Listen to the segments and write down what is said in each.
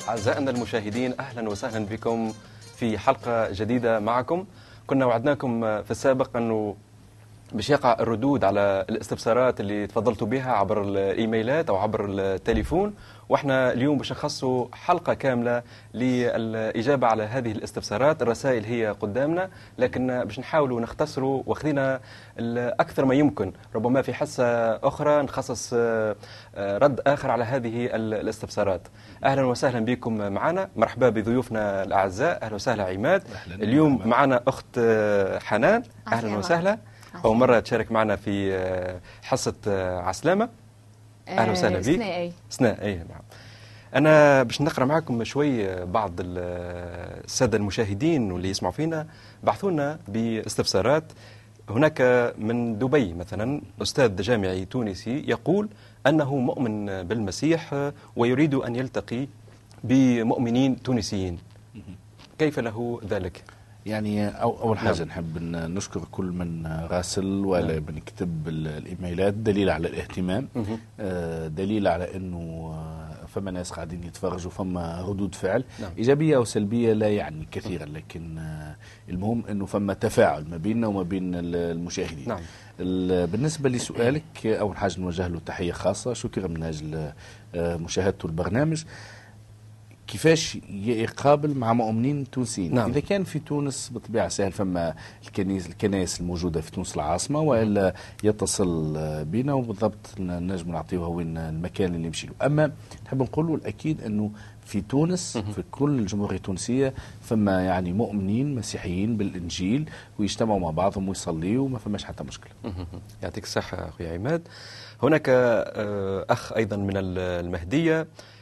أعزائنا المشاهدين، أهلا وسهلا بكم في حلقة جديدة معكم. كنا وعدناكم في السابق أنه باش يقع الردود على الاستفسارات اللي تفضلتوا بها عبر الإيميلات أو عبر التليفون، واحنا اليوم باش نخصوا حلقة كاملة للإجابة على هذه الاستفسارات. الرسائل هي قدامنا، لكن باش نحاولوا نختصروا واخذين أكثر ما يمكن. ربما في حصة أخرى نخصص رد آخر على هذه الاستفسارات. أهلا وسهلا بكم معنا، مرحبا بضيوفنا الأعزاء. أهلا وسهلا عماد. اليوم معنا أخت حنان، أهلا وسهلا. أول مرة تشارك معنا في حصة عسلامة. أهلا وسهلا بك. سناء أي نعم. أنا باش نقرأ معكم شوي. بعض السادة المشاهدين واللي يسمعوا فينا بعثونا باستفسارات. هناك من دبي مثلا أستاذ جامعي تونسي يقول أنه مؤمن بالمسيح ويريد أن يلتقي بمؤمنين تونسيين، كيف له ذلك؟ يعني أول حاجة نحب نشكر كل من راسل ولا من يكتب الإيميلات، دليل على الاهتمام، دليل على أنه فما ناس قاعدين يتفرجوا، فما ردود فعل إيجابية أو سلبية لا يعني كثيرا، لكن المهم أنه فما تفاعل ما بيننا وما بين المشاهدين. بالنسبة لسؤالك، أول حاجة نوجه له تحية خاصة، شكرا من أجل مشاهدته البرنامج. كيفاش يقابل مع مؤمنين تونسيين؟ إذا كان في تونس بطبيعة سهل، فما الكنائس الموجودة في تونس العاصمة، وإلا يتصل بنا وبالضبط نجم نعطيه وين المكان اللي يمشي له. أما نحب نقول له الأكيد أنه في تونس في كل الجمهورية التونسية فما يعني مؤمنين مسيحيين بالإنجيل ويجتمعوا مع بعضهم ويصليوا وما فماش حتى مشكلة. يعطيك الصحة أخي عماد. هناك أخ أيضا من المهدية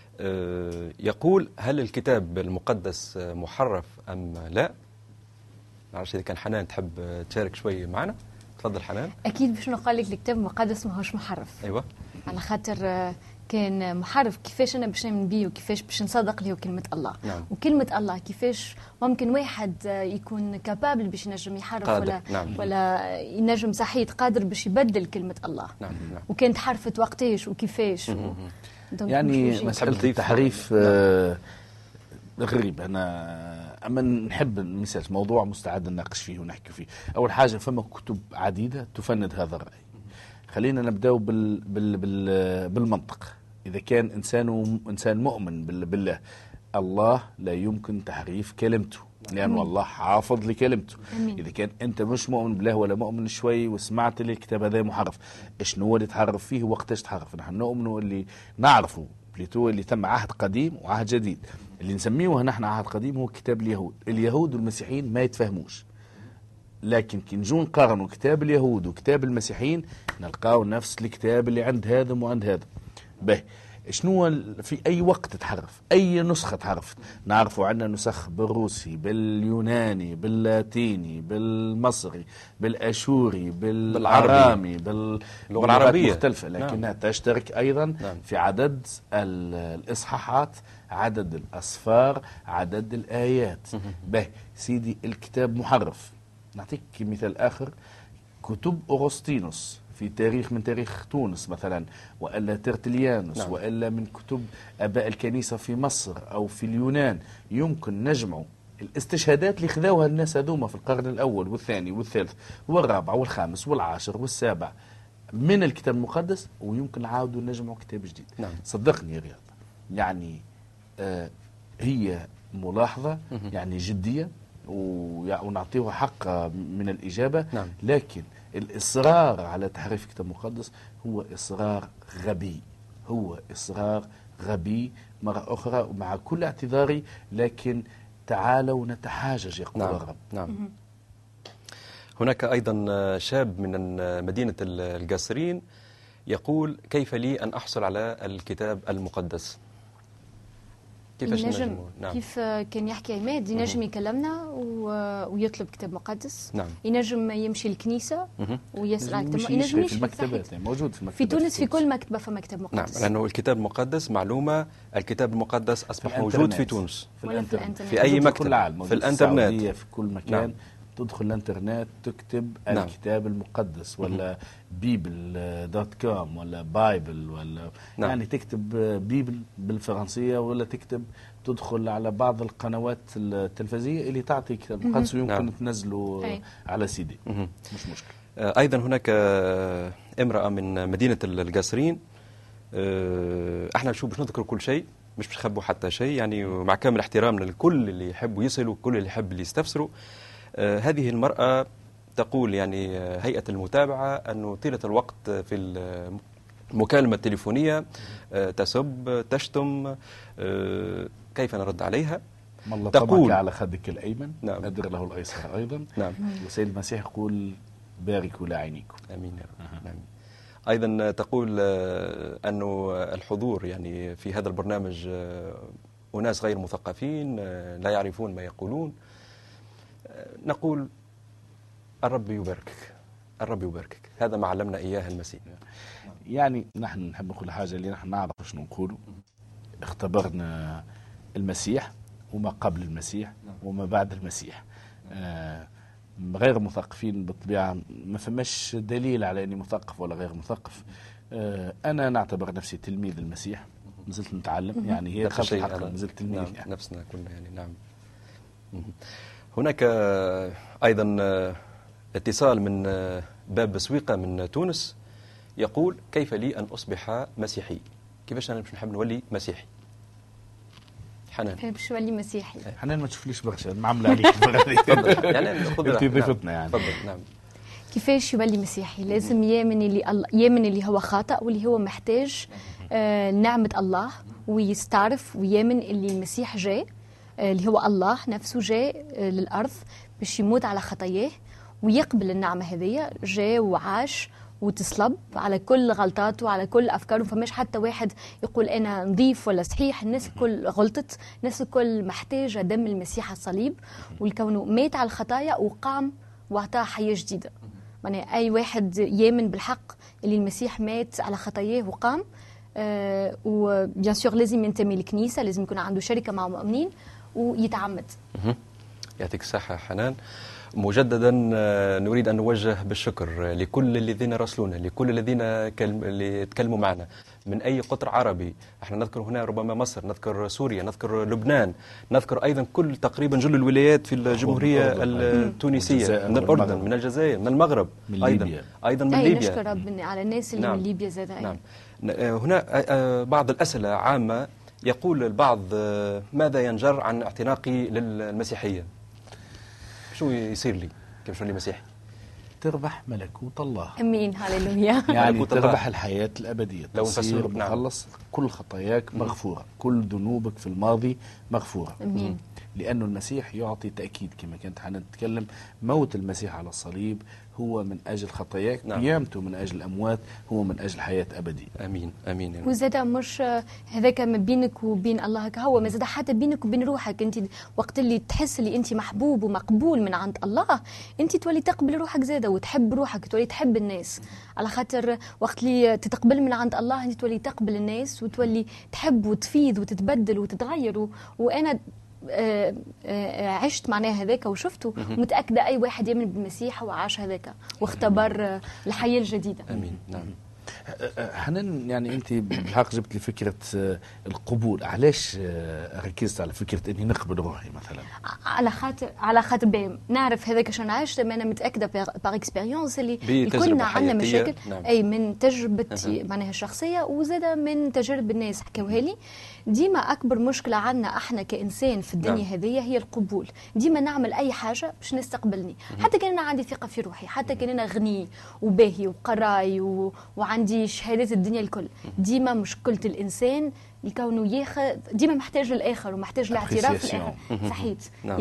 يقول: هل الكتاب المقدس محرف أم لا؟ معرفش إذا كان حنان تحب تشارك شوي معنا. تفضل حنان. أكيد باش نقول لك الكتاب المقدس ما هوش محرف. أيوة. على خاطر كان محرف كيفاش أنا باش نؤمن بيه وكيفاش باش نصدق له كلمة الله. وكلمة الله كيفاش ممكن واحد يكون كابابل باش ينجم يحرف قادر. ولا ينجم صحيح قادر باش يبدل كلمة الله. وكانت حرفت وقتاش وكيفاش يعني مسألة التحريف غريب. أما نحب مثال موضوع مستعد نناقش فيه ونحكي فيه. أول حاجة فما كتب عديدة تفند هذا الرأي. خلينا نبدأ بالمنطق. إذا كان إنسان مؤمن بالله، الله لا يمكن تحريف كلمته، لأن الله حافظ لكلمته. إذا كان أنت مش مؤمن بالله ولا مؤمن شوي وسمعت لي الكتاب هذا محرف، إيش هو اللي تحرف فيه وقتاش تحرف؟ نحن نؤمنه اللي نعرفه بليتو اللي تم عهد قديم وعهد جديد. اللي نسميه نحن عهد قديم هو كتاب اليهود والمسيحيين ما يتفهموش، لكن كي نجون نقارنوا كتاب اليهود وكتاب المسيحيين نلقاو نفس الكتاب اللي عند هذا وعند هذا. به شنو في أي وقت تحرف؟ أي نسخة تحرفت؟ نعرفوا عندنا نسخ بالروسي، باليوناني، باللاتيني، بالمصري، بالأشوري، بالعرامي، باللغة العربية مختلفة، لكنها تشترك أيضا في عدد الإصحاحات، عدد الأسفار، عدد الآيات. به سيدي الكتاب محرف. نعطيك مثال آخر، كتب أغسطينوس في تاريخ من تاريخ تونس مثلا، وإلا ترتليانوس، وإلا من كتب أباء الكنيسة في مصر أو في اليونان، يمكن نجمع الاستشهادات اللي خذوها الناس هذوما في القرن الأول والثاني والثالث والرابع والخامس والعاشر والسابع من الكتاب المقدس، ويمكن نعاودوا نجمعوا كتاب جديد. صدقني يا رياض، يعني هي ملاحظة يعني جدية ونعطيه حق من الإجابة. لكن الإصرار على تحريف الكتاب المقدس هو إصرار غبي، هو إصرار غبي. مرة أخرى مع كل اعتذاري، لكن تعالوا نتحاجج يقول الرب. هناك أيضا شاب من مدينة القصرين يقول: كيف لي أن أحصل على الكتاب المقدس؟ كيفاش ينجم؟ كيف كان يحكي عماد، ينجم يكلمنا ويطلب كتاب مقدس. ينجم يمشي الكنيسة ويسأل على الكتاب. ينجم يمشي في المكتبات، موجود في المكتبات في تونس، في كل مكتبة فما كتاب مقدس. لأنه الكتاب المقدس معلومة، الكتاب المقدس أصبح موجود في تونس في أي مكتب، في الإنترنت، في كل مكان، تدخل الانترنت تكتب نعم. الكتاب المقدس ولا بيبل.com ولا بايبل ولا نعم. يعني تكتب بيبل بالفرنسية ولا تكتب تدخل على بعض القنوات التلفزيونية اللي تعطي كتاب مقدس ويمكن نعم. تنزله على سيدي مش مشكلة. أيضا هناك امرأة من مدينة القصرين. احنا نشوف باش نذكر كل شيء مش نخبوا حتى شيء يعني مع كامل احترامنا للكل اللي يحبوا يسألوا كل اللي يحب اللي يستفسروا. هذه المرأة تقول يعني هيئة المتابعة أنه طيلة الوقت في المكالمة التليفونية تسب تشتم. كيف نرد عليها؟ الله طبعك على خدك الأيمن. نعم. أدر له الأيسر أيضا. نعم. وسيد المسيح يقول باركوا لعينيكم. آمين يا رب. نعم. أيضا تقول أنه الحضور يعني في هذا البرنامج أناس غير مثقفين لا يعرفون ما يقولون. نقول الرب يباركك، الرب يباركك، هذا ما علمنا إياه المسيح. يعني نحن نحب نقول حاجة اللي نحن نعرف شنو نقوله. اختبرنا المسيح وما قبل المسيح وما بعد المسيح. غير مثقفين بالطبيعة ما فماش دليل على أني مثقف ولا غير مثقف. أنا نعتبر نفسي تلميذ المسيح، نزلت نتعلم يعني هي خلف الحق نزلت تلميذ. نعم. يعني. نفسنا كلنا يعني. نعم. هناك أيضا اتصال من باب بسويقة من تونس يقول كيف لي أن أصبح مسيحي؟ كيفاش أنا باش نحب نولي مسيحي؟ حنان باش نولي مسيحي. حنان ما تشوفليش برشا معاملة عليك يعني خذ انت ضيفتنا يعني. تفضل. نعم. كيفاش يولي مسيحي؟ لازم يامن اللي هو خاطئ واللي هو محتاج نعمة الله، ويستعرف ويامن اللي المسيح جاء اللي هو الله نفسه جاء للأرض باش يموت على خطاياه ويقبل النعمة هذه. جاء وعاش وتصلب على كل غلطاته على كل أفكاره. فماش حتى واحد يقول أنا نظيف ولا صحيح. الناس الكل غلطت، الناس الكل محتاجة دم المسيح على الصليب، والكونه مات على الخطايا وقام وعطاه حياة جديدة. يعني أي واحد يامن بالحق اللي المسيح مات على خطاياه وقام وبيان سور لازم ينتمي للكنيسة، لازم يكون عنده شركة مع مؤمنين ويتعمد. يعطيك الصحة حنان. مجددا نريد أن نوجه بالشكر لكل الذين راسلونا، لكل الذين اللي تكلموا معنا من أي قطر عربي. احنا نذكر هنا ربما مصر، نذكر سوريا، نذكر لبنان، نذكر أيضا كل تقريبا جل الولايات في الجمهورية التونسية، من الأردن، من الجزائر، من المغرب، من أيضا من ليبيا. نشكر ربنا على الناس اللي من ليبيا زاد. نعم. هنا بعض الأسئلة عامة. يقول البعض ماذا ينجر عن اعتناقي للمسيحية؟ شو يصير لي؟ كيف شو لي مسيحي؟ تربح ملكوت الله. امين هاليلويا. يعني تربح الحياة الأبدية، لو تصير مخلص. كل خطاياك مغفورة، كل ذنوبك في الماضي مغفورة. امين. لأنه المسيح يعطي تأكيد كما كانت حنا تتكلم. موت المسيح على الصليب هو من أجل خطاياك، قيامته من أجل الأموات هو من أجل حياة أبدية. أمين أمين. وزاد مش هذاك ما بينك وبين الله هو ما زاد حتى بينك وبين روحك. أنت وقت اللي تحس اللي أنت محبوب ومقبول من عند الله، أنت تولي تقبل روحك زادة وتحب روحك، تولي تحب الناس. على خاطر وقت اللي تتقبل من عند الله أنت تولي تقبل الناس وتولي تحب وتفيد وتتبدل وتتغير. وأنا عشت معناها هذاك وشفته. متأكدة أي واحد يؤمن بالمسيح وعاش هذاك واختبر الحياة الجديدة. أمين. نعم. حنان يعني أنت بالحق جبت لي فكرة القبول. علاش ركزت على فكرة إني نقبل روحي مثلا؟ على خاطر بهم نعرف هذاك شنو عشت. أنا متأكدة باغ اكسبيريونس اللي كلنا عندنا مشاكل. نعم. أي من تجربتي معناها الشخصية وزادة من تجارب الناس حكاوها لي. ديما أكبر مشكلة عنا احنا كإنسان في الدنيا هذه هي القبول. ديما نعمل أي حاجة باش نستقبلني، حتى كان أنا عندي ثقة في روحي، حتى كان أنا غني وباهي وقراي وعندي شهادات الدنيا الكل. ديما مشكلة الإنسان لكونه ياخذ ديما محتاج للآخر ومحتاج لاعتراف الآخر. صحيت.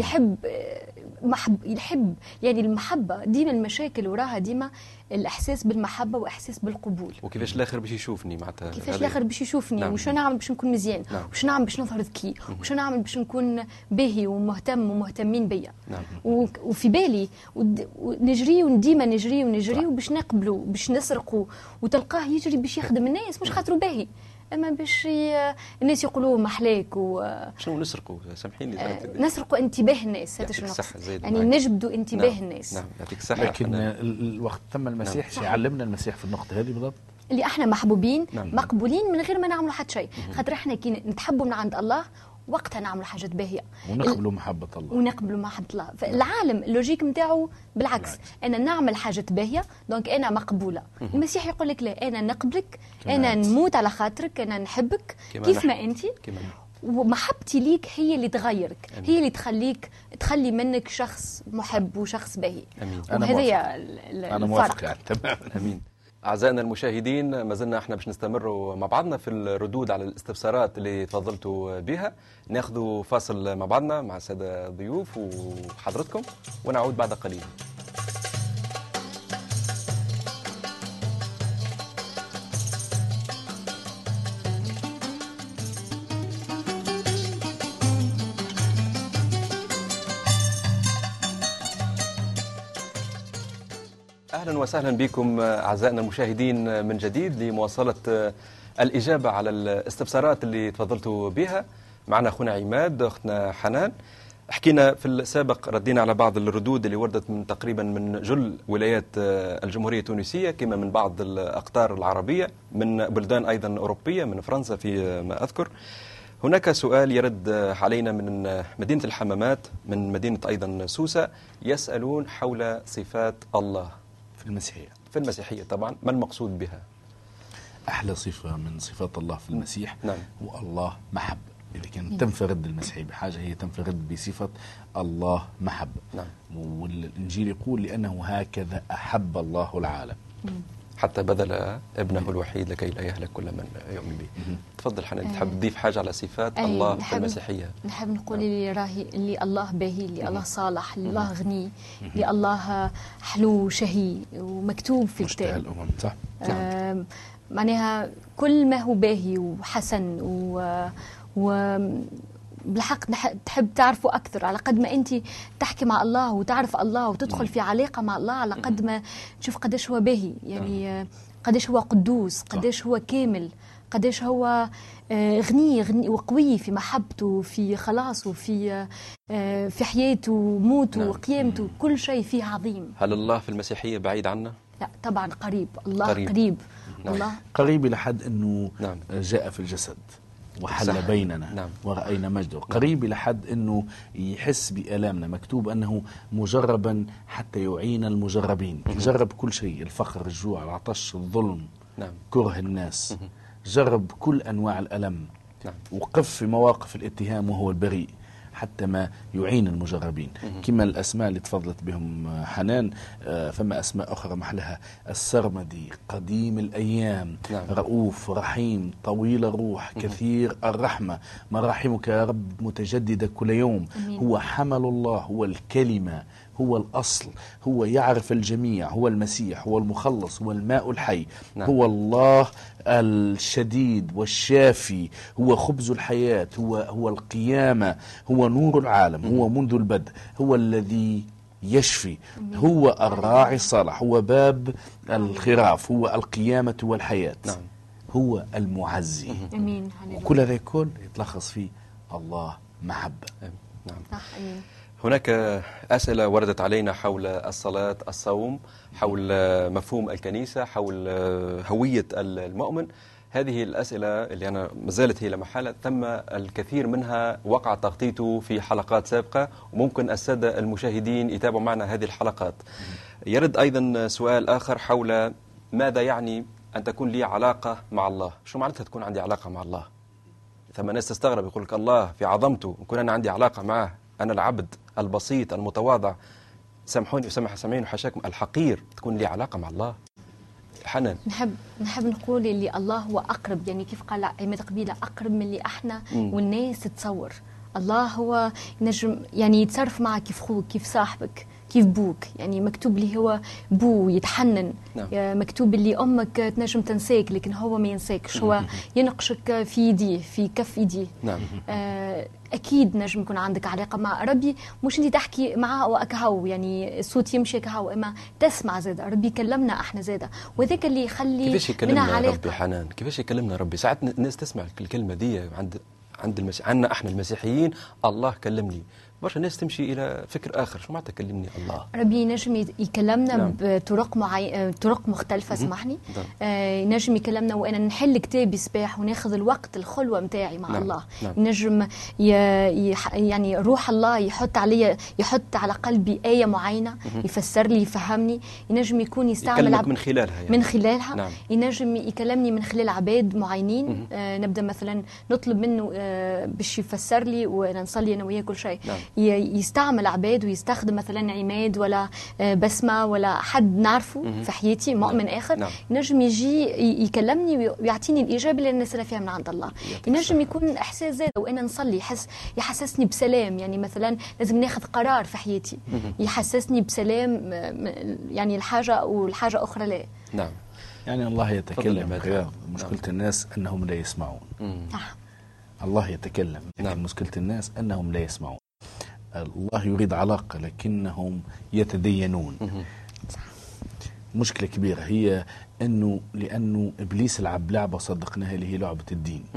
يحب يعني المحبة. ديما المشاكل وراها ديما الإحساس بالمحبة وإحساس بالقبول. وكيفاش الآخر باش يشوفني معناتها؟ كيفاش الآخر باش يشوفني؟ وش نعمل باش نكون مزيان؟ وش نعمل باش نظهر ذكي؟ وش نعمل باش نكون باهي ومهتم ومهتمين بيا؟ وفي بالي ونجري وديما نجري وباش نقبلوا باش نسرقوا وتلقاه يجري باش يخدم الناس مش خاطروا باهي. اما باش الناس يقولوا محلاك شنو نسرقوا؟ سامحيني نسرقوا انتباه الناس، هذا شنو يعني نجبدوا انتباه الناس. نعم يعطيك الصحة. لكن الوقت ثم المسيح يعلمنا المسيح في النقطة هذه بالضبط اللي احنا محبوبين مقبولين من غير ما نعملوا حتى شيء، خاطر احنا كي نتحبوا من عند الله وقتها نعملوا حاجات باهيه ونقبلوا محبه الله ونقبلوا محبه الله. فالعالم اللوجيك نتاعو بالعكس، انا نعمل حاجات باهيه دونك انا مقبوله. المسيح يقول لك لا، انا نقبلك، انا نموت على خاطرك، انا نحبك كيف ما انت، ومحبتي ليك هي اللي تغيرك. أمين. هي اللي تخلي منك شخص محب وشخص باهي. وهذا هي انا موافق يعني تماما. امين. أعزائنا المشاهدين، ما زلنا احنا باش نستمروا مع بعضنا في الردود على الاستفسارات اللي تفضلتوا بها. ناخذوا فاصل مع بعضنا مع السادة الضيوف وحضرتكم ونعود بعد قليل. أهلا وسهلا بكم أعزائنا المشاهدين من جديد لمواصلة الإجابة على الاستفسارات اللي تفضلتوا بها. معنا أخونا عماد، أختنا حنان. حكينا في السابق، ردينا على بعض الردود اللي وردت من تقريبا من جل ولايات الجمهورية التونسية، كما من بعض الأقطار العربية، من بلدان أيضا أوروبية، من فرنسا في ما أذكر. هناك سؤال يرد علينا من مدينة الحمامات، من مدينة أيضا سوسة، يسألون حول صفات الله في المسيحية طبعا. ما المقصود بها؟ أحلى صفة من صفات الله في المسيح هو الله محب. إذا كان تنفرد المسيحية بحاجة، هي تنفرد بصفة الله محب. والإنجيل يقول لأنه هكذا أحب الله العالم حتى بذل ابنه الوحيد لكي لا يهلك كل من يؤمن به. تفضل حنان، تحب تضيف حاجة على صفات الله في المسيحية؟ نحب نقول اللي الله باهي، اللي الله صالح، اللي الله غني، اللي الله حلو شهي ومكتوب في الكتاب. الأمم صح. معناها كل ما هو باهي وحسن بالحق تحب تعرفه أكثر. على قد ما أنت تحكي مع الله وتعرف الله وتدخل في علاقة مع الله، على قد ما تشوف قديش هو باهي، يعني قديش هو قدوس، قديش هو كامل، قديش هو غني وقوي في محبته، في خلاصه، في حياته وموته وقيامته، كل شيء فيه عظيم. هل الله في المسيحية بعيد عنا؟ لا طبعا قريب. الله قريب. الله قريب لحد أنه جاء في الجسد وحل بيننا ورأينا مجده. قريب لحد أنه يحس بآلامنا. مكتوب أنه مجربا حتى يعين المجربين. جرب كل شيء، الفقر، الجوع، العطش، الظلم، كره الناس، جرب كل أنواع الألم. وقف في مواقف الاتهام وهو البريء حتى ما يعين المجربين. كما الأسماء اللي تفضلت بهم حنان، فما أسماء أخرى محلها: السرمدي، قديم الأيام، رؤوف، رحيم، طويل الروح، كثير الرحمة، مراحمك يا رب متجددة كل يوم. هو حمل الله، هو الكلمة، هو الأصل، هو يعرف الجميع، هو المسيح، هو المخلص، هو الماء الحي. هو الله الشديد والشافي، هو خبز الحياة، هو القيامة، هو نور العالم، هو منذ البدء، هو الذي يشفي، هو الراعي الصالح، هو باب الخراف، هو القيامة والحياة، هو المعزي. وكل هذا يكون يتلخص فيه الله محبة. هناك أسئلة وردت علينا حول الصلاة، الصوم، حول مفهوم الكنيسة، حول هوية المؤمن. هذه الأسئلة اللي أنا مازالت هي لمحالة، ثم الكثير منها وقع تغطيته في حلقات سابقة، وممكن السادة المشاهدين يتابعوا معنا هذه الحلقات. يرد أيضا سؤال آخر حول ماذا يعني أن تكون لي علاقة مع الله؟ شو معناتها تكون عندي علاقة مع الله؟ ثم ناس تستغرب، يقول لك الله في عظمته يكون أنا عندي علاقة معه، أنا العبد البسيط المتواضع، سامحوني وسامحين وحشاكم، الحقير، تكون لي علاقة مع الله؟ حنان، نحب نقول اللي الله هو أقرب، يعني كيف قال عماد قبيلة، أقرب من اللي احنا والناس تتصور. الله هو نجم يعني يتصرف معك كيف خوك، كيف صاحبك، كيف بوك، يعني مكتوب لي هو بو يتحنن. نعم. مكتوب اللي أمك تنجم تنساك لكن هو ما ينساكش، هو ينقشك في يديه في كف يديه. نعم. أكيد نجم يكون عندك علاقة مع ربي، مش أنت تحكي معه وأكهو يعني الصوت يمشي كهو، إما تسمع زاد ربي يكلمنا إحنا زاد، وذاك اللي يخلي كيفاش يكلمنا علاقة. ربي حنان، كيفاش يكلمنا ربي؟ ساعات الناس تسمع الكلمة دي عندنا احنا المسيحيين، الله كلمني، برشا ناس تمشي الى فكر اخر، شو معناتها كلمني الله؟ ربي ينجم يكلمنا نعم. بطرق طرق مختلفه. سامحني. ينجم يكلمنا وانا نحل كتابي صباح وناخذ الوقت الخلوه نتاعي مع نعم. الله. نعم. ينجم يعني روح الله يحط على قلبي آية معينه، يفسر لي يفهمني. ينجم يكون يستعمل من خلالها يعني. من خلالها. نعم. ينجم يكلمني من خلال عباد معينين. نبدا مثلا نطلب منه باش يفسر لي وانا نصلي انا وياه كل شيء. نعم. يستعمل عباد ويستخدم مثلا عماد ولا بسمة ولا حد نعرفه في حياتي مؤمن آخر. نعم. ينجم يجي يكلمني ويعطيني الإجابة اللي أنا نسأل فيها من عند الله. ينجم يكون إحساس زاد وأنا نصلي يحسسني بسلام، يعني مثلا لازم ناخذ قرار في حياتي يحسسني بسلام، يعني الحاجة والحاجة أخرى لا. نعم. يعني الله يتكلم. مشكلة الناس أنهم لا يسمعون. الله يتكلم، لكن مشكلة الناس أنهم لا يسمعون. الله يريد علاقة لكنهم يتدينون. مشكلة كبيرة هي لأنه إبليس لعب لعبة صدقناها اللي هي لعبة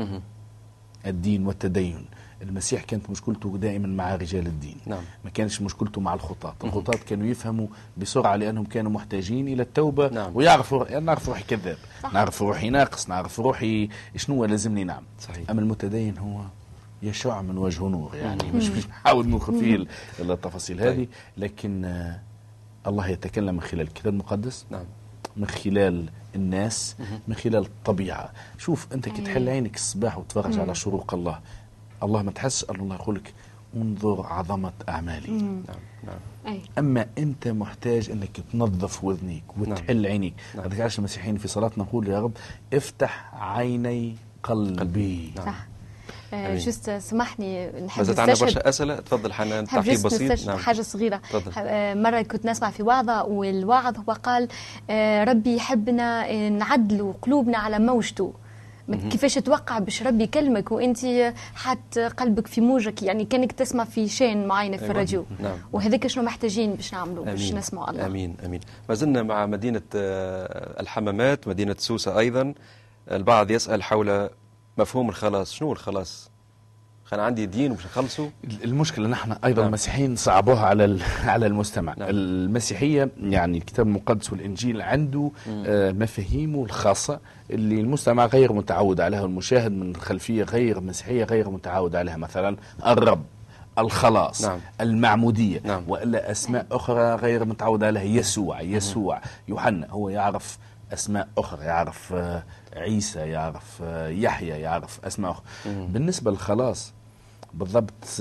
الدين والتدين. المسيح كانت مشكلته دائما مع رجال الدين. نعم. ما كانش مشكلته مع الخطاة كانوا يفهموا بسرعة لأنهم كانوا محتاجين إلى التوبة. نعم. ويعرفوا نعرف روحي كذاب، نعرف روحي ناقص، نعرف روحي شنو لازمني نعم. صحيح. أما المتدين هو يشع من وجهه نور، يعني مش نحاول ندخل فيه التفاصيل هذه. لكن الله يتكلم من خلال الكتاب المقدس. نعم. من خلال الناس، من خلال الطبيعة. شوف أنت كي تحل عينك الصباح وتفرج على شروق الله ما تحس أن الله يقول لك انظر عظمة أعمالي. نعم. نعم. أما أنت محتاج أنك تنظف وذنيك وتحل عينيك. هذاك علاش المسيحيين في صلاتنا نقول يا رب افتح عيني قلبي. نعم. صح. جست سمحني نحب نستشهد. عندنا برشا أسئلة، تفضل حنان. تعقيب بسيط. نعم. حاجة صغيرة. تفضل. مرة كنت نسمع في وعظة، والواعظ هو قال ربي يحبنا نعدلوا قلوبنا على موجته. كيفاش توقع باش ربي يكلمك وانت حات قلبك في موجك، يعني كانك تسمع في شين معينه في الراديو. نعم. وهذاك شنو محتاجين باش نعملوا باش نسمعوا الله. امين امين. ما زلنا مع مدينه الحمامات، مدينه سوسه ايضا. البعض يسال حول مفهوم الخلاص. شنو الخلاص؟ أنا عندي دين ومش نخلصه. المشكلة نحن أيضا المسيحيين صعبوها على المستمع. نعم. المسيحية يعني الكتاب المقدس والإنجيل عنده مفاهيمه الخاصة اللي المستمع غير متعود عليها، والمشاهد من خلفية غير مسيحية غير متعود عليها. مثلا الرب، الخلاص. نعم. المعمودية. نعم. وإلا أسماء أخرى غير متعود عليها. يسوع يوحنا. هو يعرف أسماء أخرى، يعرف عيسى، يعرف يحيى، يعرف أسماء أخرى. بالنسبة للخلاص بالضبط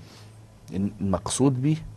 المقصود به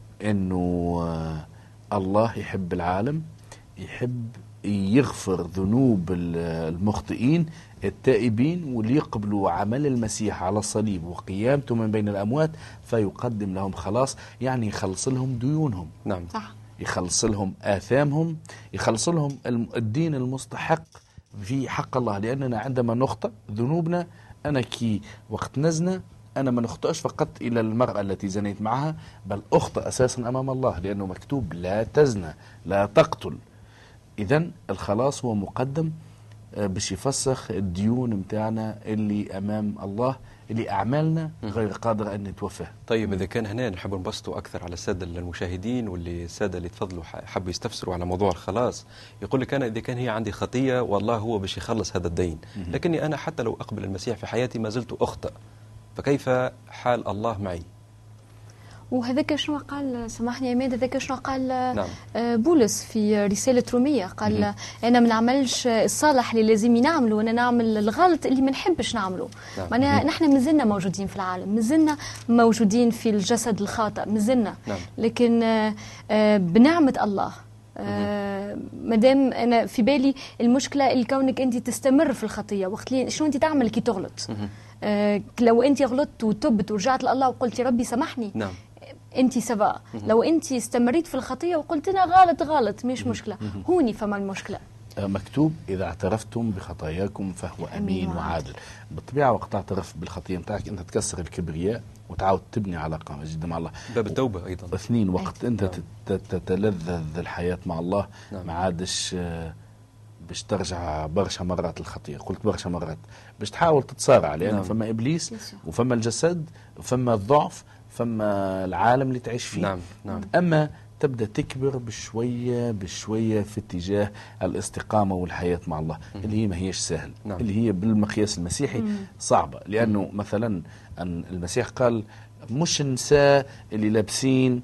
أنه الله يحب العالم، يحب يغفر ذنوب المخطئين التائبين واللي يقبلوا عمل المسيح على الصليب وقيامته من بين الأموات، فيقدم لهم خلاص، يعني يخلص لهم ديونهم. نعم. صح. يخلص لهم آثامهم، يخلص لهم الدين المستحق في حق الله. لأننا عندما نخطئ ذنوبنا، أنا كي وقت نزنا أنا ما نخطئش فقط إلى المرأة التي زنيت معها، بل أخطئ أساسا أمام الله، لأنه مكتوب لا تزنى لا تقتل. إذن الخلاص هو مقدم باش يفسخ الديون متاعنا اللي أمام الله، اللي أعمالنا غير قادرة أن نتوفاه. طيب إذا كان هنا نحب نبسطوا أكثر على السادة المشاهدين واللي السادة اللي تفضلوا حبوا يستفسروا على موضوع الخلاص، يقول لك أنا إذا كان هي عندي خطية والله هو باش يخلص هذا الدين، لكني أنا حتى لو أقبل المسيح في حياتي ما زلت أخطئ، فكيف حال الله معي؟ وهذاك شنو قال، سامحني يا مادة، هذاك شنو قال نعم. بولس في رسالة رومية، قال أنا ما نعملش الصالح اللي لازم نعمله، أنا نعمل الغلط اللي ما نحبش نعمله. نعم. معناها نحن مازلنا موجودين في العالم، مازلنا موجودين في الجسد الخاطئ، مازلنا. نعم. لكن بنعمة الله مادام أنا في بالي المشكلة اللي كونك أنت تستمر في الخطية، وقت شنو أنت تعمل كي تغلط؟ لو أنت غلطت وتبت ورجعت لله وقلت يا ربي سامحني، نعم. انت سواء. لو انت استمريت في الخطيه وقلت انا غلط مش مشكله، هوني فما المشكله. مكتوب إذا اعترفتم بخطاياكم فهو أمين وعادل. بالطبيعة وقت تعترف بالخطية نتاعك أنت تكسر الكبرياء وتعاود تبني علاقة جديدة مع الله. باب التوبة أيضا. اثنين، وقت أنت تتلذذ الحياة مع الله ما عادش باش ترجع برشا مرات الخطية. قلت برشا مرات باش تحاول تتصارع، لأنه فما إبليس وفما الجسد وفما الضعف، فما العالم اللي تعيش فيه. أما تبدأ تكبر بشوية في اتجاه الاستقامة والحياة مع الله اللي هي ما هيش سهل. اللي هي بالمقياس المسيحي صعبة، لأنه مثلا المسيح قال مش النساء اللي لابسين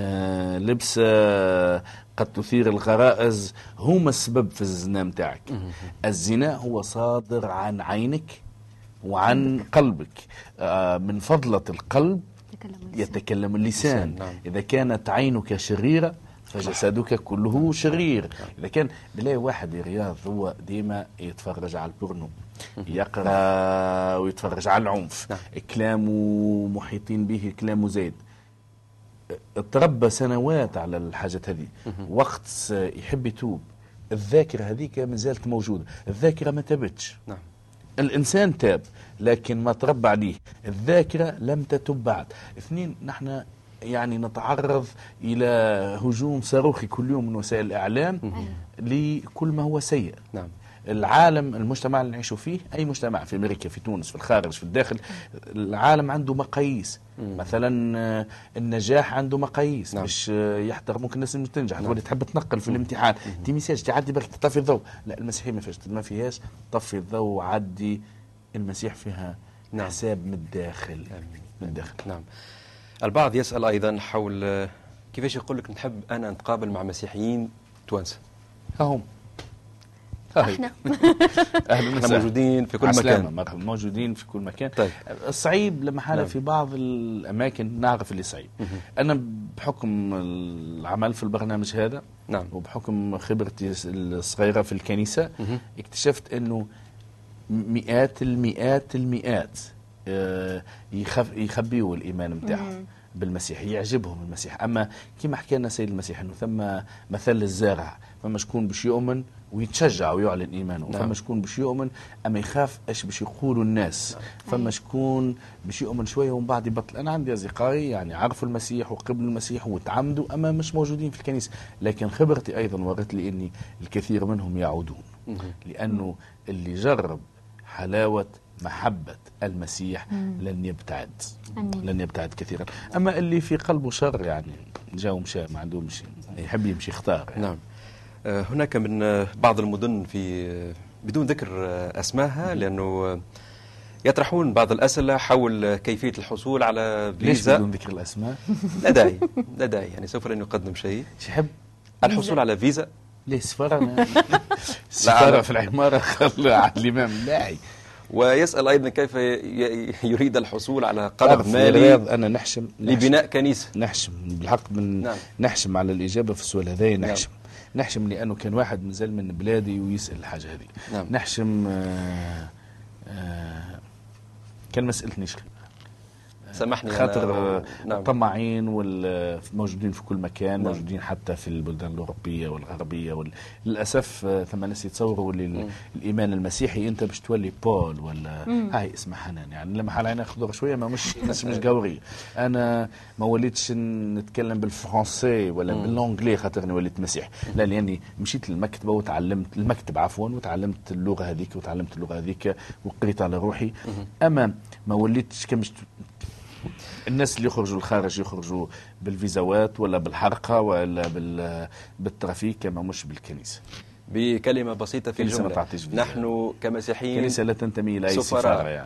لبسة قد تثير الغرائز هما السبب في الزنا متاعك. الزنا هو صادر عن عينك وعن قلبك. من فضلة القلب يتكلم اللسان. إذا كانت عينك شريرة فجسدك كله شرير. إذا كان بلاقي واحد رياض هو ديما يتفرج على البورنو، يقرأ ويتفرج على العنف، كلامه محيطين به كلامه زايد، تربى سنوات على الحاجة هذه، وقت يحب يتوب الذاكرة هذيك ما زالت موجودة، الذاكرة ما تبتش. الإنسان تاب لكن ما تربى عليه، الذاكرة لم تتب بعد. اثنين، نحن يعني نتعرض إلى هجوم صاروخي كل يوم من وسائل الإعلام لكل ما هو سيء. العالم، المجتمع اللي نعيشه فيه، أي مجتمع في أمريكا، في تونس، في الخارج، في الداخل، العالم عنده مقاييس. مثلا النجاح عنده مقاييس باش يحضر. ممكن الناس اللي تنجح تولي تحب تنقل في الامتحان، تي ميساج تعدي برك تطفي الضوء. لا، المسيحية ما فيهاش طفي الضوء عدي. المسيح فيها حساب من الداخل. من الداخل. البعض يسأل أيضا حول كيفاش يقول لك نحب أنا نتقابل مع مسيحيين توانسة. هم احنا موجودين في كل مكان. موجودين في كل مكان. طيب. الصعيب لما حالة في بعض الأماكن نعرف اللي صعيب. أنا بحكم العمل في البرنامج هذا وبحكم خبرتي الصغيرة في الكنيسة اكتشفت أنه المئات يخبيوا الإيمان متاعهم بالمسيح، يعجبهم المسيح. أما كما حكى لنا سيد المسيح أنه ثم مثل الزارع، فما شكون باش يؤمن ويتشجع ويعلن إيمانه، فما شكون باش يؤمن أما يخاف إيش باش يقولوا الناس، فما شكون باش يؤمن شوية ومن بعد يبطل. أنا عندي أصدقائي يعني عرفوا المسيح وقبلوا المسيح وتعمدوا أما مش موجودين في الكنيسة، لكن خبرتي أيضا ورت لي أني الكثير منهم يعودون، لأنه اللي جرب حلاوة محبة المسيح لن يبتعد كثيرا. أما اللي في قلبه شر يعني جاء ومشى، ما عنده مشي، يحب يمشي يختار يعني. هناك من بعض المدن في بدون ذكر أسماءها لأنه يطرحون بعض الأسئلة حول كيفية الحصول على فيزا. ليش بدون ذكر الأسماء؟ لا داعي يعني سوف لن يقدم شيء. يحب الحصول على فيزا. ليه السفارة؟ السفارة في العمارة خلى على الإمام لاعي. ويسأل أيضا كيف يريد الحصول على قرض مالي. أنا نحشم لبناء كنيسة. نحشم بالحق نحشم على الإجابة في السؤال هذا. نحشم لأنه كان واحد نزل من بلادي ويسأل الحاجة هذه. نحشم كان ما سألتنيش سامحني خاطر الطماعين موجودين في كل مكان. موجودين حتى في البلدان الأوروبية والغربية للأسف ثم ناس يتصوروا الإيمان المسيحي أنت باش تولي بول ولا هاي اسمها حنان. يعني لما حال عيني خضر شوية ما مش قوري. أنا ما وليتش نتكلم بالفرنسي ولا باللونجلي خاطرني وليت مسيح، لا، لأني مشيت للمكتبة وتعلمت وتعلمت اللغة هذيك وقريت على روحي. أما ما وليتش كمش الناس اللي يخرجوا الخارج يخرجوا بالفيزاوات ولا بالحرقة ولا بالترافيك كما مش بالكنيسة. بكلمة بسيطة في الجملة، نحن كمسيحيين الكنيسة لا تنتمي إلى أي سفارة، يعني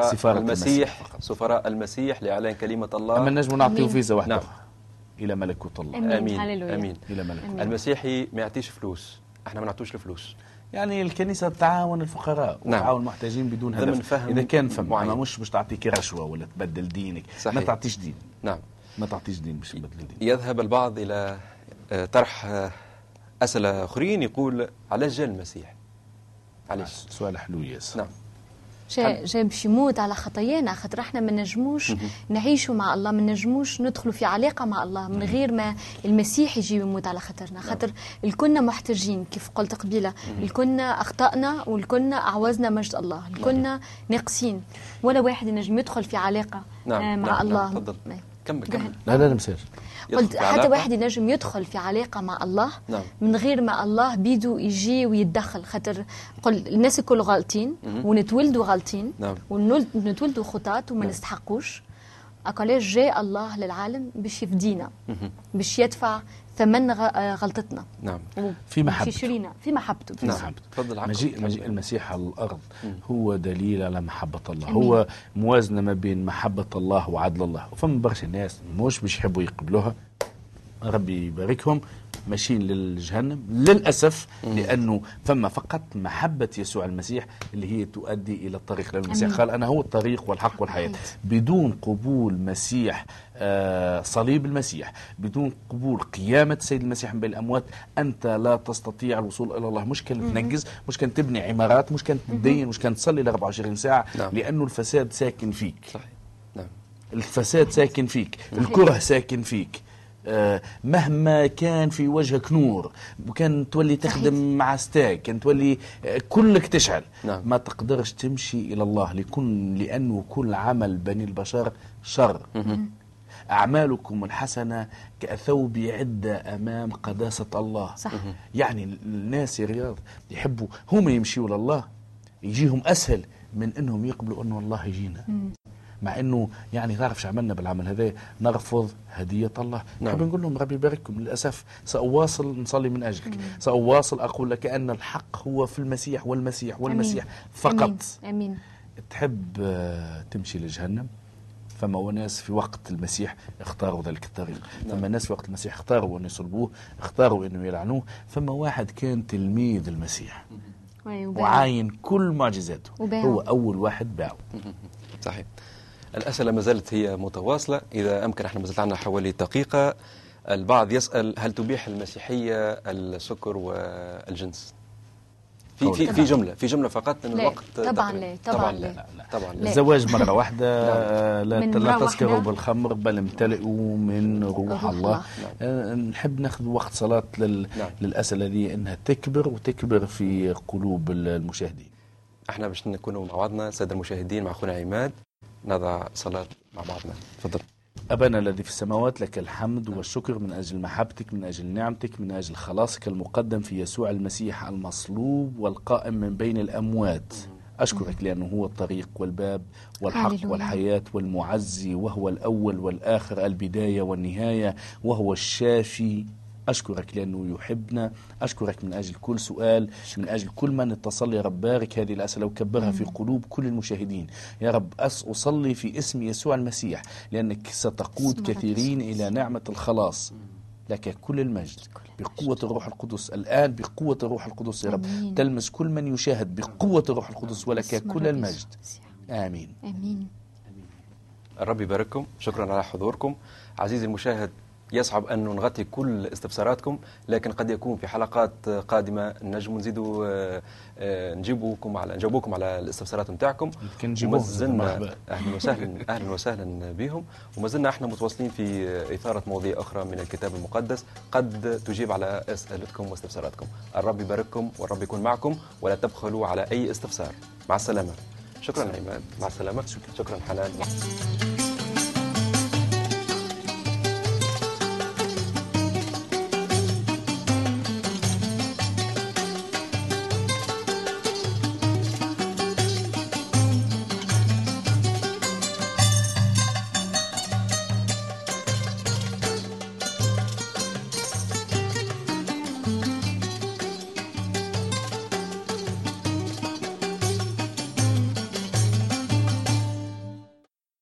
سفراء المسيح لإعلان كلمة الله. أما نجم نعطيه فيزا واحدة إلى ملكوت الله. آمين. إلى ملكوت. المسيحي ما يعطيش فلوس، احنا ما نعطوش الفلوس. يعني الكنيسة تعاون الفقراء وتعاون المحتاجين بدون هدف. إذا كان فما مش باش تعطيك رشوة ولا تبدل دينك. صحيح. ما تعطيش دين. ما تعطيش دين باش تبدل دين. يذهب البعض إلى طرح أسئلة آخرين، يقول علاش جاء المسيح؟ علاش؟ سؤال حلو ياسر. جاي باش يموت على خطايانا، خاطر احنا ما نجموش نعيشوا مع الله، ما نجموش ندخلوا في علاقه مع الله من غير ما المسيح يجي يموت على خاطرنا. خاطر الكلنا محتاجين كيف قلت قبيله، الكلنا اخطانا والكلنا اعوزنا مجد الله، الكلنا ناقصين، ولا واحد ينجم يدخل في علاقه مع الله. تفضل كمل. لا مسير. قلت حتى واحد ينجم يدخل في علاقه مع الله من غير ما الله بيدو يجي ويتدخل. خاطر قل الناس الكل غالطين ونتولدوا غالطين ونتولدوا خطاة وما نستحقوش. علاش جاء الله للعالم باش يفدينا، باش يدفع ثمن غلطتنا. نعم. في محبته. في محبته. نعم. تفضل. مجيء المسيح على الأرض هو دليل على محبة الله. هو موازنة ما بين محبة الله وعدل الله. وفما برشا ناس مش باش يحبوا يقبلوها، ربي يباركهم، ماشيين للجهنم للأسف، لأنه فما فقط محبة يسوع المسيح اللي هي تؤدي إلى الطريق. لأن المسيح قال أنا هو الطريق والحق والحياة. بدون قبول مسيح صليب المسيح، بدون قبول قيامة السيد المسيح من بين الأموات، أنت لا تستطيع الوصول إلى الله. مش كان تنجز، مش كان تبني عمارات، مش كان تدين، مش كان تصلي ل 24 ساعة. لأنه الفساد ساكن فيك. صحيح. نعم. الفساد ساكن فيك، الكره ساكن فيك. مهما كان في وجهك نور، وكان تولي تخدم مع ستاك، كان تولي كلك تشعل. ما تقدرش تمشي إلى الله، لأنه كل عمل بني البشر شر. أعمالكم الحسنة كثوب عدة أمام قداسة الله. صح. يعني الناس يا رياض يحبوا هم يمشيوا لله، يجيهم أسهل من أنهم يقبلوا أنه الله يجينا. مع انه يعني تعرف شو عملنا بالعمل هذا؟ نرفض هديه الله. نحب نقول لهم ربي يبارككم، للاسف ساواصل نصلي من اجلك، ساواصل اقول لك ان الحق هو في المسيح والمسيح والمسيح فقط. امين. تحب تمشي لجهنم؟ فما ناس في وقت المسيح اختاروا ذلك الطريق، فما ناس في وقت المسيح اختاروا ان يصلبوه، اختاروا انه يلعنوه. فما واحد كان تلميذ المسيح وعاين كل معجزاته، هو اول واحد باعه. صحيح. الأسئلة ما زالت هي متواصلة، إذا أمكن احنا ما زلت عندنا حوالي دقيقة. البعض يسأل هل تبيح المسيحية السكر والجنس؟ في جملة فقط من الوقت. طبعا لا. طبعا لا. الزواج مرة واحدة، لا تسكروا بالخمر بل امتلئوا من روح الله. نحب ناخذ وقت صلاة للأسئلة دي انها تكبر وتكبر في قلوب المشاهدين. احنا باش نكونوا مع بعضنا السادة المشاهدين مع أخونا عماد، نضع صلاة مع بعضنا. تفضل. أبانا الذي في السماوات، لك الحمد والشكر من أجل محبتك، من أجل نعمتك، من أجل خلاصك المقدم في يسوع المسيح المصلوب والقائم من بين الأموات. أشكرك لأنه هو الطريق والباب والحق والحياة والمعزي، وهو الأول والآخر، البداية والنهاية، وهو الشافي. أشكرك لأنه يحبنا. أشكرك من أجل كل سؤال، من أجل كل من اتصل. يا رب بارك هذه الأسئلة وكبرها في قلوب كل المشاهدين. يا رب أصلي في اسم يسوع المسيح، لأنك ستقود كثيرين إلى نعمة الخلاص. لك كل المجد بقوة الروح القدس الآن، بقوة الروح القدس يا رب تلمس كل من يشاهد بقوة الروح القدس، ولك كل المجد. آمين. آمين. الرب يبارككم. شكرا على حضوركم. عزيزي المشاهد، يصعب أن نغطي كل استفساراتكم، لكن قد يكون في حلقات قادمة نجم نزيدوا نجاوبوكم على الاستفسارات نتاعكم. ومازلنا أهلا وسهلا بهم. وما زلنا احنا متواصلين في إثارة مواضيع أخرى من الكتاب المقدس قد تجيب على أسئلتكم واستفساراتكم. الرب يبارككم والرب يكون معكم، ولا تبخلوا على أي استفسار. مع السلامة. شكرا عماد. مع السلامة. شكرا حنان.